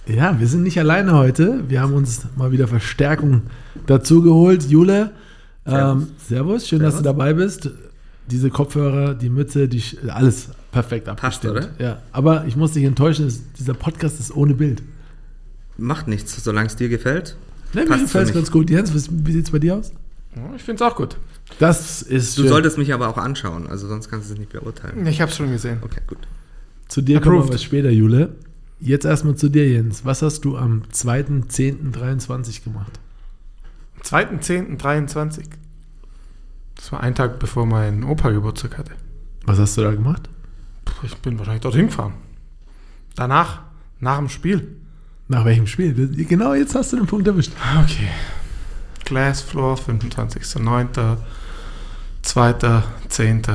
Ja, wir sind nicht alleine heute. Wir haben uns mal wieder Verstärkung dazu geholt. Jule, servus, schön, dass du dabei bist. Diese Kopfhörer, die Mütze, alles perfekt abgestimmt. Passt, oder? Ja, aber ich muss dich enttäuschen, dieser Podcast ist ohne Bild. Macht nichts, solange es dir gefällt. Ne, mir gefällt es ganz gut. Jens, wie sieht es bei dir aus? Ich finde es auch gut. Das ist Du schön. solltest mich aber auch anschauen, also sonst kannst du es nicht beurteilen. Ich habe es schon gesehen. Okay, gut. Zu dir kommen wir Approved. aber später, Jule. Jetzt erstmal zu dir, Jens. Was hast du am 2.10.23 gemacht? 2.10.23. Das war ein Tag, bevor mein Opa Geburtstag hatte. Was hast du da gemacht? Ich bin wahrscheinlich dorthin gefahren. Danach, nach dem Spiel. Nach welchem Spiel? Genau, jetzt hast du den Punkt erwischt. Okay. Glass Floor, 25.09. 2.10.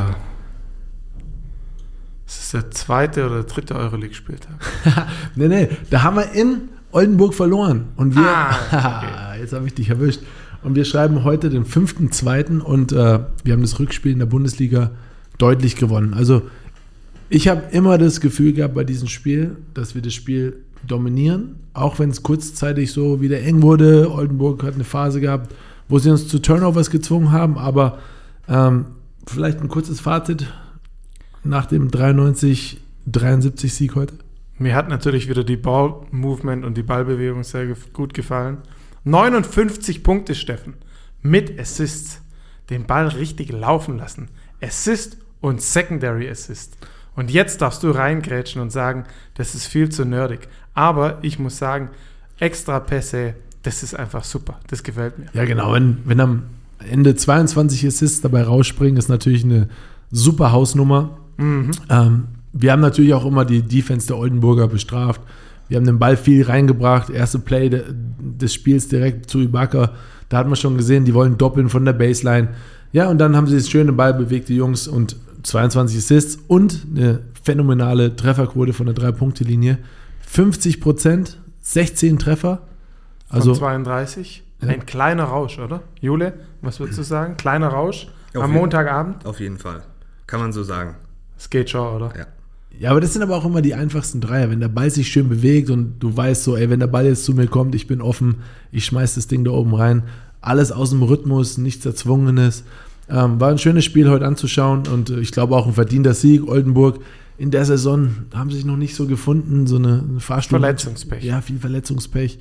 Das ist der zweite oder dritte Euroleague-Spieltag. Nee, da haben wir in Oldenburg verloren. Und wir, okay. jetzt habe ich dich erwischt. Und wir schreiben heute den 5.2. und wir haben das Rückspiel in der Bundesliga deutlich gewonnen. Also ich habe immer das Gefühl gehabt bei diesem Spiel, dass wir das Spiel dominieren, auch wenn es kurzzeitig so wieder eng wurde. Oldenburg hat eine Phase gehabt, wo sie uns zu Turnovers gezwungen haben, aber vielleicht ein kurzes Fazit nach dem 93-73 Sieg heute. Mir hat natürlich wieder die Ball-Movement und die Ballbewegung sehr gut gefallen. 59 Punkte, Steffen, mit Assists. Den Ball richtig laufen lassen. Assist und Secondary Assist. Und jetzt darfst du reingrätschen und sagen, das ist viel zu nerdig. Aber ich muss sagen, extra Pässe, das ist einfach super. Das gefällt mir. Ja, genau. Wenn am Ende 22 Assists dabei rausspringen, ist natürlich eine super Hausnummer. Mhm. Wir haben natürlich auch immer die Defense der Oldenburger bestraft. Wir haben den Ball viel reingebracht. Erste Play des Spiels direkt zu Ibaka. Da hat man schon gesehen, die wollen doppeln von der Baseline. Ja, und dann haben sie das schöne Ball bewegt, die Jungs, und 22 Assists und eine phänomenale Trefferquote von der 3-Punkte-Linie. 50%, 16 Treffer. Also Von 32. Ja. Ein kleiner Rausch, oder? Jule, was würdest du sagen? Kleiner Rausch Auf am jeden- Montagabend? Auf jeden Fall. Kann man so sagen. Es geht schon, oder? Ja. ja, aber das sind aber auch immer die einfachsten Dreier, wenn der Ball sich schön bewegt und du weißt so, ey, wenn der Ball jetzt zu mir kommt, ich bin offen, ich schmeiß das Ding da oben rein. Alles aus dem Rhythmus, nichts Erzwungenes. War ein schönes Spiel heute anzuschauen und ich glaube auch ein verdienter Sieg. Oldenburg in der Saison haben sich noch nicht so gefunden, so eine Fahrstuhl. Verletzungspech. Ja, viel Verletzungspech.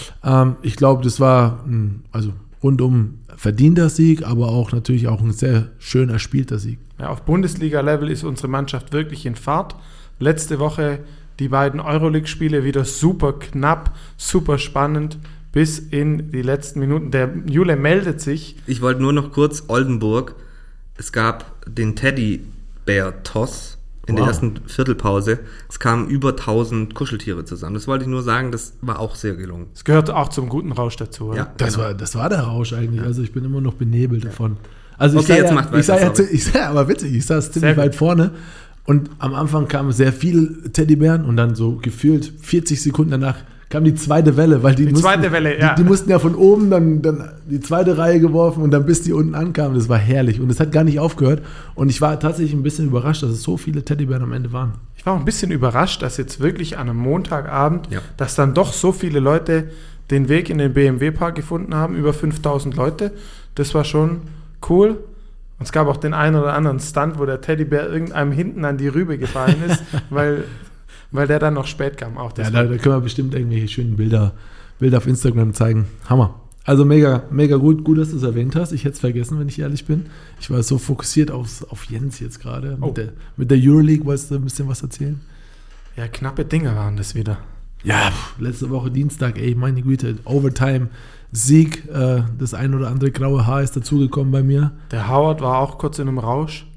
Ich glaube, das war also rundum verdienter Sieg, aber auch natürlich auch ein sehr schön erspielter Sieg. Ja, auf Bundesliga-Level ist unsere Mannschaft wirklich in Fahrt. Letzte Woche die beiden Euroleague-Spiele wieder super knapp, super spannend bis in die letzten Minuten. Der Jule meldet sich. Ich wollte nur noch kurz Oldenburg. Es gab den Teddybär-Toss in der Wow. ersten Viertelpause. Es kamen über 1000 Kuscheltiere zusammen. Das wollte ich nur sagen, das war auch sehr gelungen. Es gehört auch zum guten Rausch dazu, oder? Ja. Das war der Rausch eigentlich. Also ich bin immer noch benebelt davon. Also Okay, jetzt macht weiter, sorry. ich sah aber witzig, ich saß ziemlich Sehr weit gut. vorne und am Anfang kamen sehr viele Teddybären und dann so gefühlt 40 Sekunden danach kam die zweite Welle, weil die zweite Welle, ja. Die mussten ja von oben dann die zweite Reihe geworfen und dann bis die unten ankamen. Das war herrlich und es hat gar nicht aufgehört und ich war tatsächlich ein bisschen überrascht, dass es so viele Teddybären am Ende waren. Ich war auch ein bisschen überrascht, dass jetzt wirklich an einem Montagabend, Ja. dass dann doch so viele Leute den Weg in den BMW-Park gefunden haben, über 5000 Leute. Das war schon cool. Und es gab auch den einen oder anderen Stunt, wo der Teddybär irgendeinem hinten an die Rübe gefallen ist, weil der dann noch spät kam. Auch das Ja, da können wir bestimmt irgendwelche schönen Bilder auf Instagram zeigen. Hammer. Also mega, mega gut. Gut, dass du es erwähnt hast. Ich hätte es vergessen, wenn ich ehrlich bin. Ich war so fokussiert auf Jens jetzt gerade. Oh. Mit der Euroleague wolltest du ein bisschen was erzählen? Ja, knappe Dinge waren das wieder. Ja, letzte Woche Dienstag, ey, meine Güte, Overtime-Sieg. Das ein oder andere graue Haar ist dazugekommen bei mir. Der Howard war auch kurz in einem Rausch.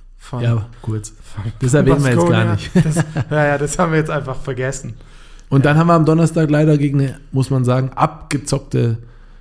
Ja, kurz. Das erwähnen wir jetzt gar nicht. Das haben wir jetzt einfach vergessen. Und dann haben wir am Donnerstag leider gegen eine, muss man sagen, abgezockte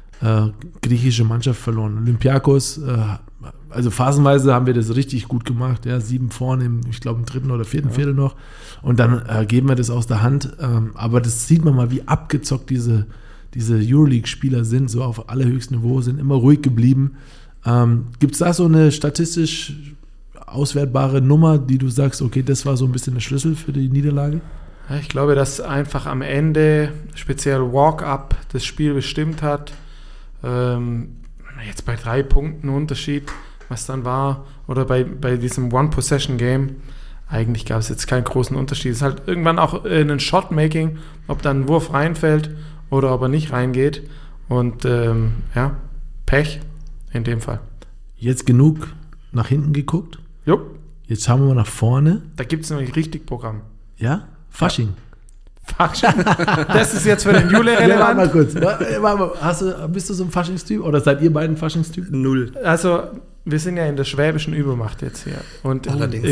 griechische Mannschaft verloren. Olympiakos, also phasenweise haben wir das richtig gut gemacht. Ja, 7 vorne, ich glaube im 3. oder 4. Viertel noch. Und dann geben wir das aus der Hand. Aber das sieht man mal, wie abgezockt diese Euroleague-Spieler sind, so auf allerhöchstem Niveau, sind immer ruhig geblieben. Gibt es da so eine statistisch auswertbare Nummer, die du sagst, okay, das war so ein bisschen der Schlüssel für die Niederlage? Ich glaube, dass einfach am Ende speziell Walk-Up das Spiel bestimmt hat. Jetzt bei 3 Punkten Unterschied, was dann war, oder bei diesem One-Possession-Game, eigentlich gab es jetzt keinen großen Unterschied. Es ist halt irgendwann auch ein Shot-Making, ob dann ein Wurf reinfällt oder ob er nicht reingeht. Und Pech in dem Fall. Jetzt genug nach hinten geguckt. Jupp. Jetzt schauen wir mal nach vorne. Da gibt es nämlich richtig Programm. Ja? Fasching. Fasching. Das ist jetzt für den Jule relevant. Mal kurz. Bist du so ein Faschingstyp oder seid ihr beiden Faschingstyp? 0. Also, wir sind ja in der schwäbischen Übermacht jetzt hier. Und allerdings.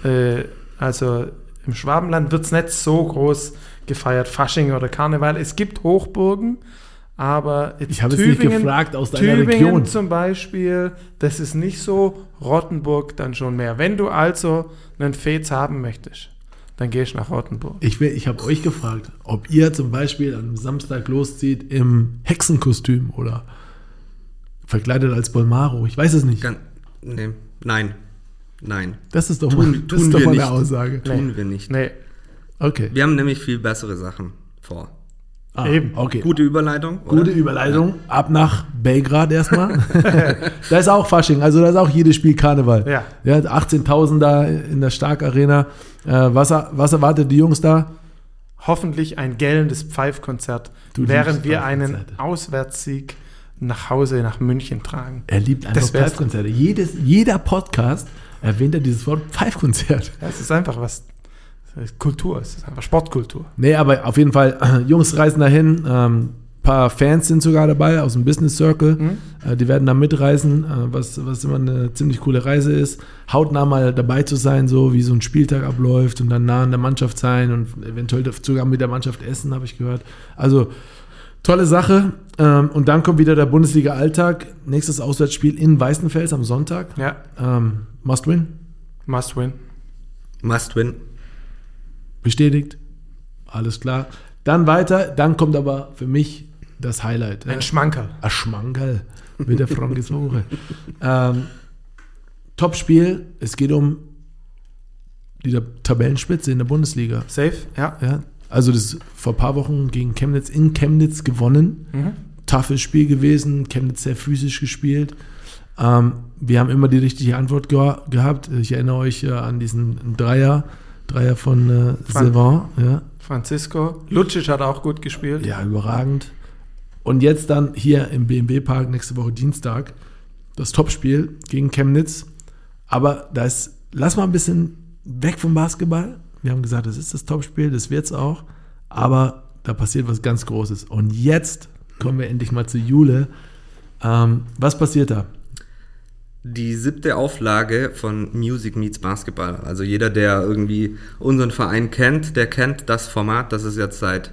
Im Schwabenland wird es nicht so groß gefeiert, Fasching oder Karneval. Es gibt Hochburgen, aber jetzt ich habe es nicht gefragt aus deiner Tübingen Region. Zum Beispiel, das ist nicht so, Rottenburg dann schon mehr. Wenn du also einen Fez haben möchtest, dann gehst du nach Rottenburg. Ich habe euch gefragt, ob ihr zum Beispiel am Samstag loszieht im Hexenkostüm oder verkleidet als Bolmaro. Ich weiß es nicht. Nein. Das ist doch mal eine Aussage. Tun wir nicht. Nee. Okay. Wir haben nämlich viel bessere Sachen vor. Eben. Okay. Gute Überleitung. Oder? Gute Überleitung. Ja. Ab nach Belgrad erstmal. Da ist auch Fasching, also da ist auch jedes Spiel Karneval. Ja. 18.000 da in der Stark Arena. Was erwartet die Jungs da? Hoffentlich ein gellendes Pfeifkonzert, während wir einen Auswärtssieg nach Hause nach München tragen. Er liebt einfach Pfeifkonzerte. Jeder Podcast erwähnt er dieses Wort Pfeifkonzert. Ja, es ist einfach was. Kultur, es ist einfach Sportkultur. Nee, aber auf jeden Fall, Jungs reisen dahin, paar Fans sind sogar dabei aus dem Business Circle, die werden da mitreisen, was immer eine ziemlich coole Reise ist, hautnah mal dabei zu sein, so wie so ein Spieltag abläuft und dann nah an der Mannschaft sein und eventuell sogar mit der Mannschaft essen, habe ich gehört. Also tolle Sache. Und dann kommt wieder der Bundesliga-Alltag, nächstes Auswärtsspiel in Weißenfels am Sonntag. Ja. Must win? Must win. Must win. Bestätigt. Alles klar. Dann weiter. Dann kommt aber für mich das Highlight. Ein Schmankerl. Ein Schmankerl mit der Frankes Woche. Top-Spiel. Es geht um die Tabellenspitze in der Bundesliga. Safe, ja. Also das vor ein paar Wochen gegen Chemnitz in Chemnitz gewonnen. Toughes Spiel gewesen. Chemnitz sehr physisch gespielt. Wir haben immer die richtige Antwort gehabt. Ich erinnere euch an diesen Dreier von Sylvain. Ja. Francisco. Lucic hat auch gut gespielt. Ja, überragend. Und jetzt dann hier im BMW-Park nächste Woche Dienstag das Topspiel gegen Chemnitz. Aber lass mal ein bisschen weg vom Basketball. Wir haben gesagt, das ist das Topspiel, das wird's auch. Aber da passiert was ganz Großes. Und jetzt kommen wir endlich mal zu Jule. Was passiert da? Die 7. Auflage von Music Meets Basketball. Also jeder, der irgendwie unseren Verein kennt, der kennt das Format, das es jetzt seit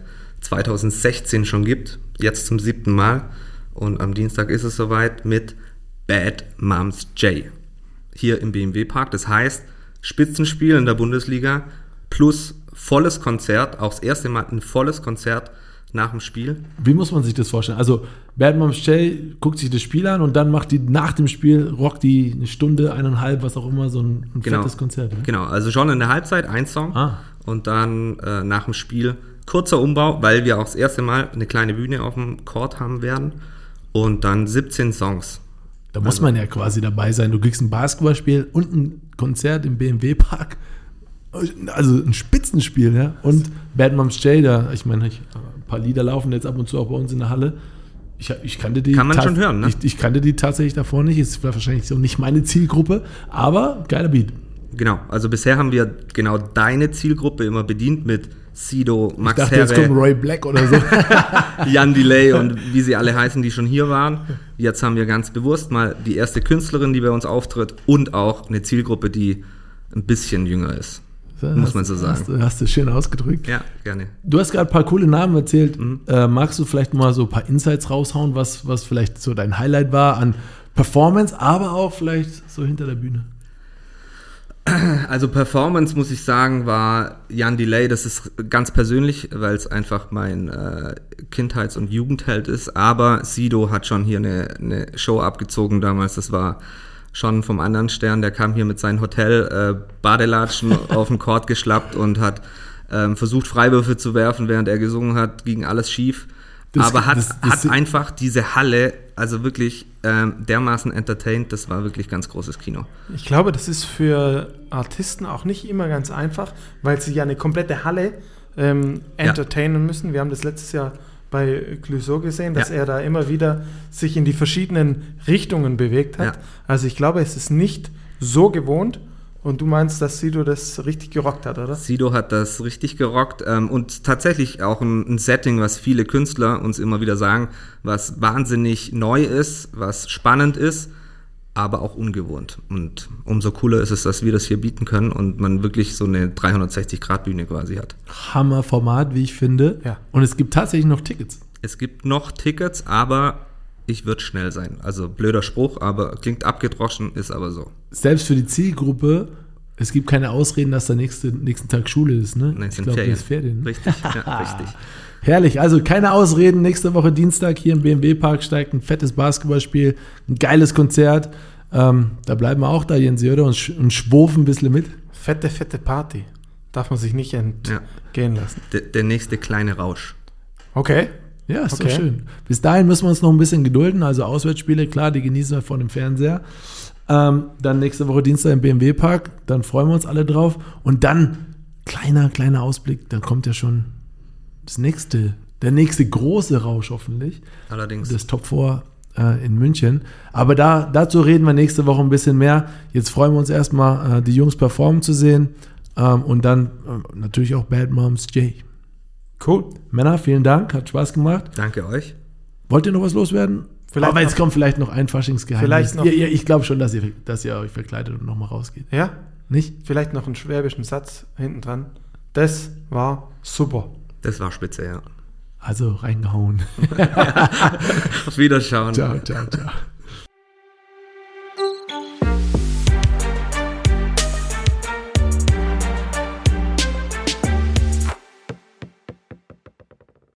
2016 schon gibt. Jetzt zum 7. Mal. Und am Dienstag ist es soweit mit Bad Moms J. Hier im BMW Park. Das heißt, Spitzenspiel in der Bundesliga plus volles Konzert. Auch das erste Mal ein volles Konzert nach dem Spiel. Wie muss man sich das vorstellen? Also Bad Moms J guckt sich das Spiel an und dann macht die nach dem Spiel, rockt die eine Stunde, 1,5, was auch immer, so ein fettes Konzert. Ne? Genau, also schon in der Halbzeit ein Song und dann nach dem Spiel kurzer Umbau, weil wir auch das erste Mal eine kleine Bühne auf dem Court haben werden und dann 17 Songs. Da muss man ja quasi dabei sein. Du kriegst ein Basketballspiel und ein Konzert im BMW-Park. Also ein Spitzenspiel, ja. Und Bad Moms J, ein paar Lieder laufen jetzt ab und zu auch bei uns in der Halle. Ich kannte die. Kann man schon hören, ne? Ich kannte die tatsächlich davor nicht. Ist wahrscheinlich so nicht meine Zielgruppe, aber geiler Beat. Genau, also bisher haben wir genau deine Zielgruppe immer bedient mit Sido, Max Herre. Ich dachte, jetzt kommt Roy Black oder so. Jan Delay und wie sie alle heißen, die schon hier waren. Jetzt haben wir ganz bewusst mal die erste Künstlerin, die bei uns auftritt und auch eine Zielgruppe, die ein bisschen jünger ist. Muss man so sagen. Hast du schön ausgedrückt. Ja, gerne. Du hast gerade ein paar coole Namen erzählt. Magst du vielleicht mal so ein paar Insights raushauen, was vielleicht so dein Highlight war an Performance, aber auch vielleicht so hinter der Bühne? Also Performance, muss ich sagen, war Jan Delay. Das ist ganz persönlich, weil es einfach mein Kindheits- und Jugendheld ist. Aber Sido hat schon hier eine Show abgezogen damals. Das war schon vom anderen Stern. Der kam hier mit seinen Hotel-Badelatschen auf den Court geschlappt und hat versucht Freiwürfe zu werfen, während er gesungen hat, ging alles schief. Aber hat einfach diese Halle, also wirklich dermaßen entertained, das war wirklich ganz großes Kino. Ich glaube, das ist für Artisten auch nicht immer ganz einfach, weil sie ja eine komplette Halle entertainen müssen. Wir haben das letztes Jahr bei Clouseau gesehen, dass er da immer wieder sich in die verschiedenen Richtungen bewegt hat. Ja. Also ich glaube, es ist nicht so gewohnt. Und du meinst, dass Sido das richtig gerockt hat, oder? Sido hat das richtig gerockt und tatsächlich auch ein Setting, was viele Künstler uns immer wieder sagen, was wahnsinnig neu ist, was spannend ist, aber auch ungewohnt. Und umso cooler ist es, dass wir das hier bieten können und man wirklich so eine 360-Grad-Bühne quasi hat. Hammerformat, wie ich finde. Ja. Und es gibt tatsächlich noch Tickets. Es gibt noch Tickets, aber ich würde schnell sein. Also blöder Spruch, aber klingt abgedroschen, ist aber so. Selbst für die Zielgruppe, es gibt keine Ausreden, dass der nächsten Tag Schule ist, ne? Nein, es sind Ferien. Ne? Richtig, ja, richtig. Herrlich, also keine Ausreden. Nächste Woche Dienstag hier im BMW-Park steigt ein fettes Basketballspiel, ein geiles Konzert. Da bleiben wir auch da, Jens Jöder, und schwurfen ein bisschen mit. Fette Party. Darf man sich nicht entgehen lassen. Der nächste kleine Rausch. Okay. Ja, ist doch schön. Bis dahin müssen wir uns noch ein bisschen gedulden. Also Auswärtsspiele, klar, die genießen wir vor dem Fernseher. Dann nächste Woche Dienstag im BMW-Park. Dann freuen wir uns alle drauf. Und dann, kleiner Ausblick, dann kommt ja schon der nächste große Rausch hoffentlich. Allerdings. Das Top 4 in München. Aber dazu reden wir nächste Woche ein bisschen mehr. Jetzt freuen wir uns erstmal, die Jungs performen zu sehen. Und dann natürlich auch Bad Moms J. Cool. Männer, vielen Dank. Hat Spaß gemacht. Danke euch. Wollt ihr noch was loswerden? Aber jetzt kommt vielleicht noch ein Faschingsgeheimnis. Ich glaube schon, dass ihr euch verkleidet und nochmal rausgeht. Ja? Nicht? Vielleicht noch einen schwäbischen Satz hinten dran. Das war super. Das war spitze, ja. Also reingehauen. Auf Wiederschauen. Ciao.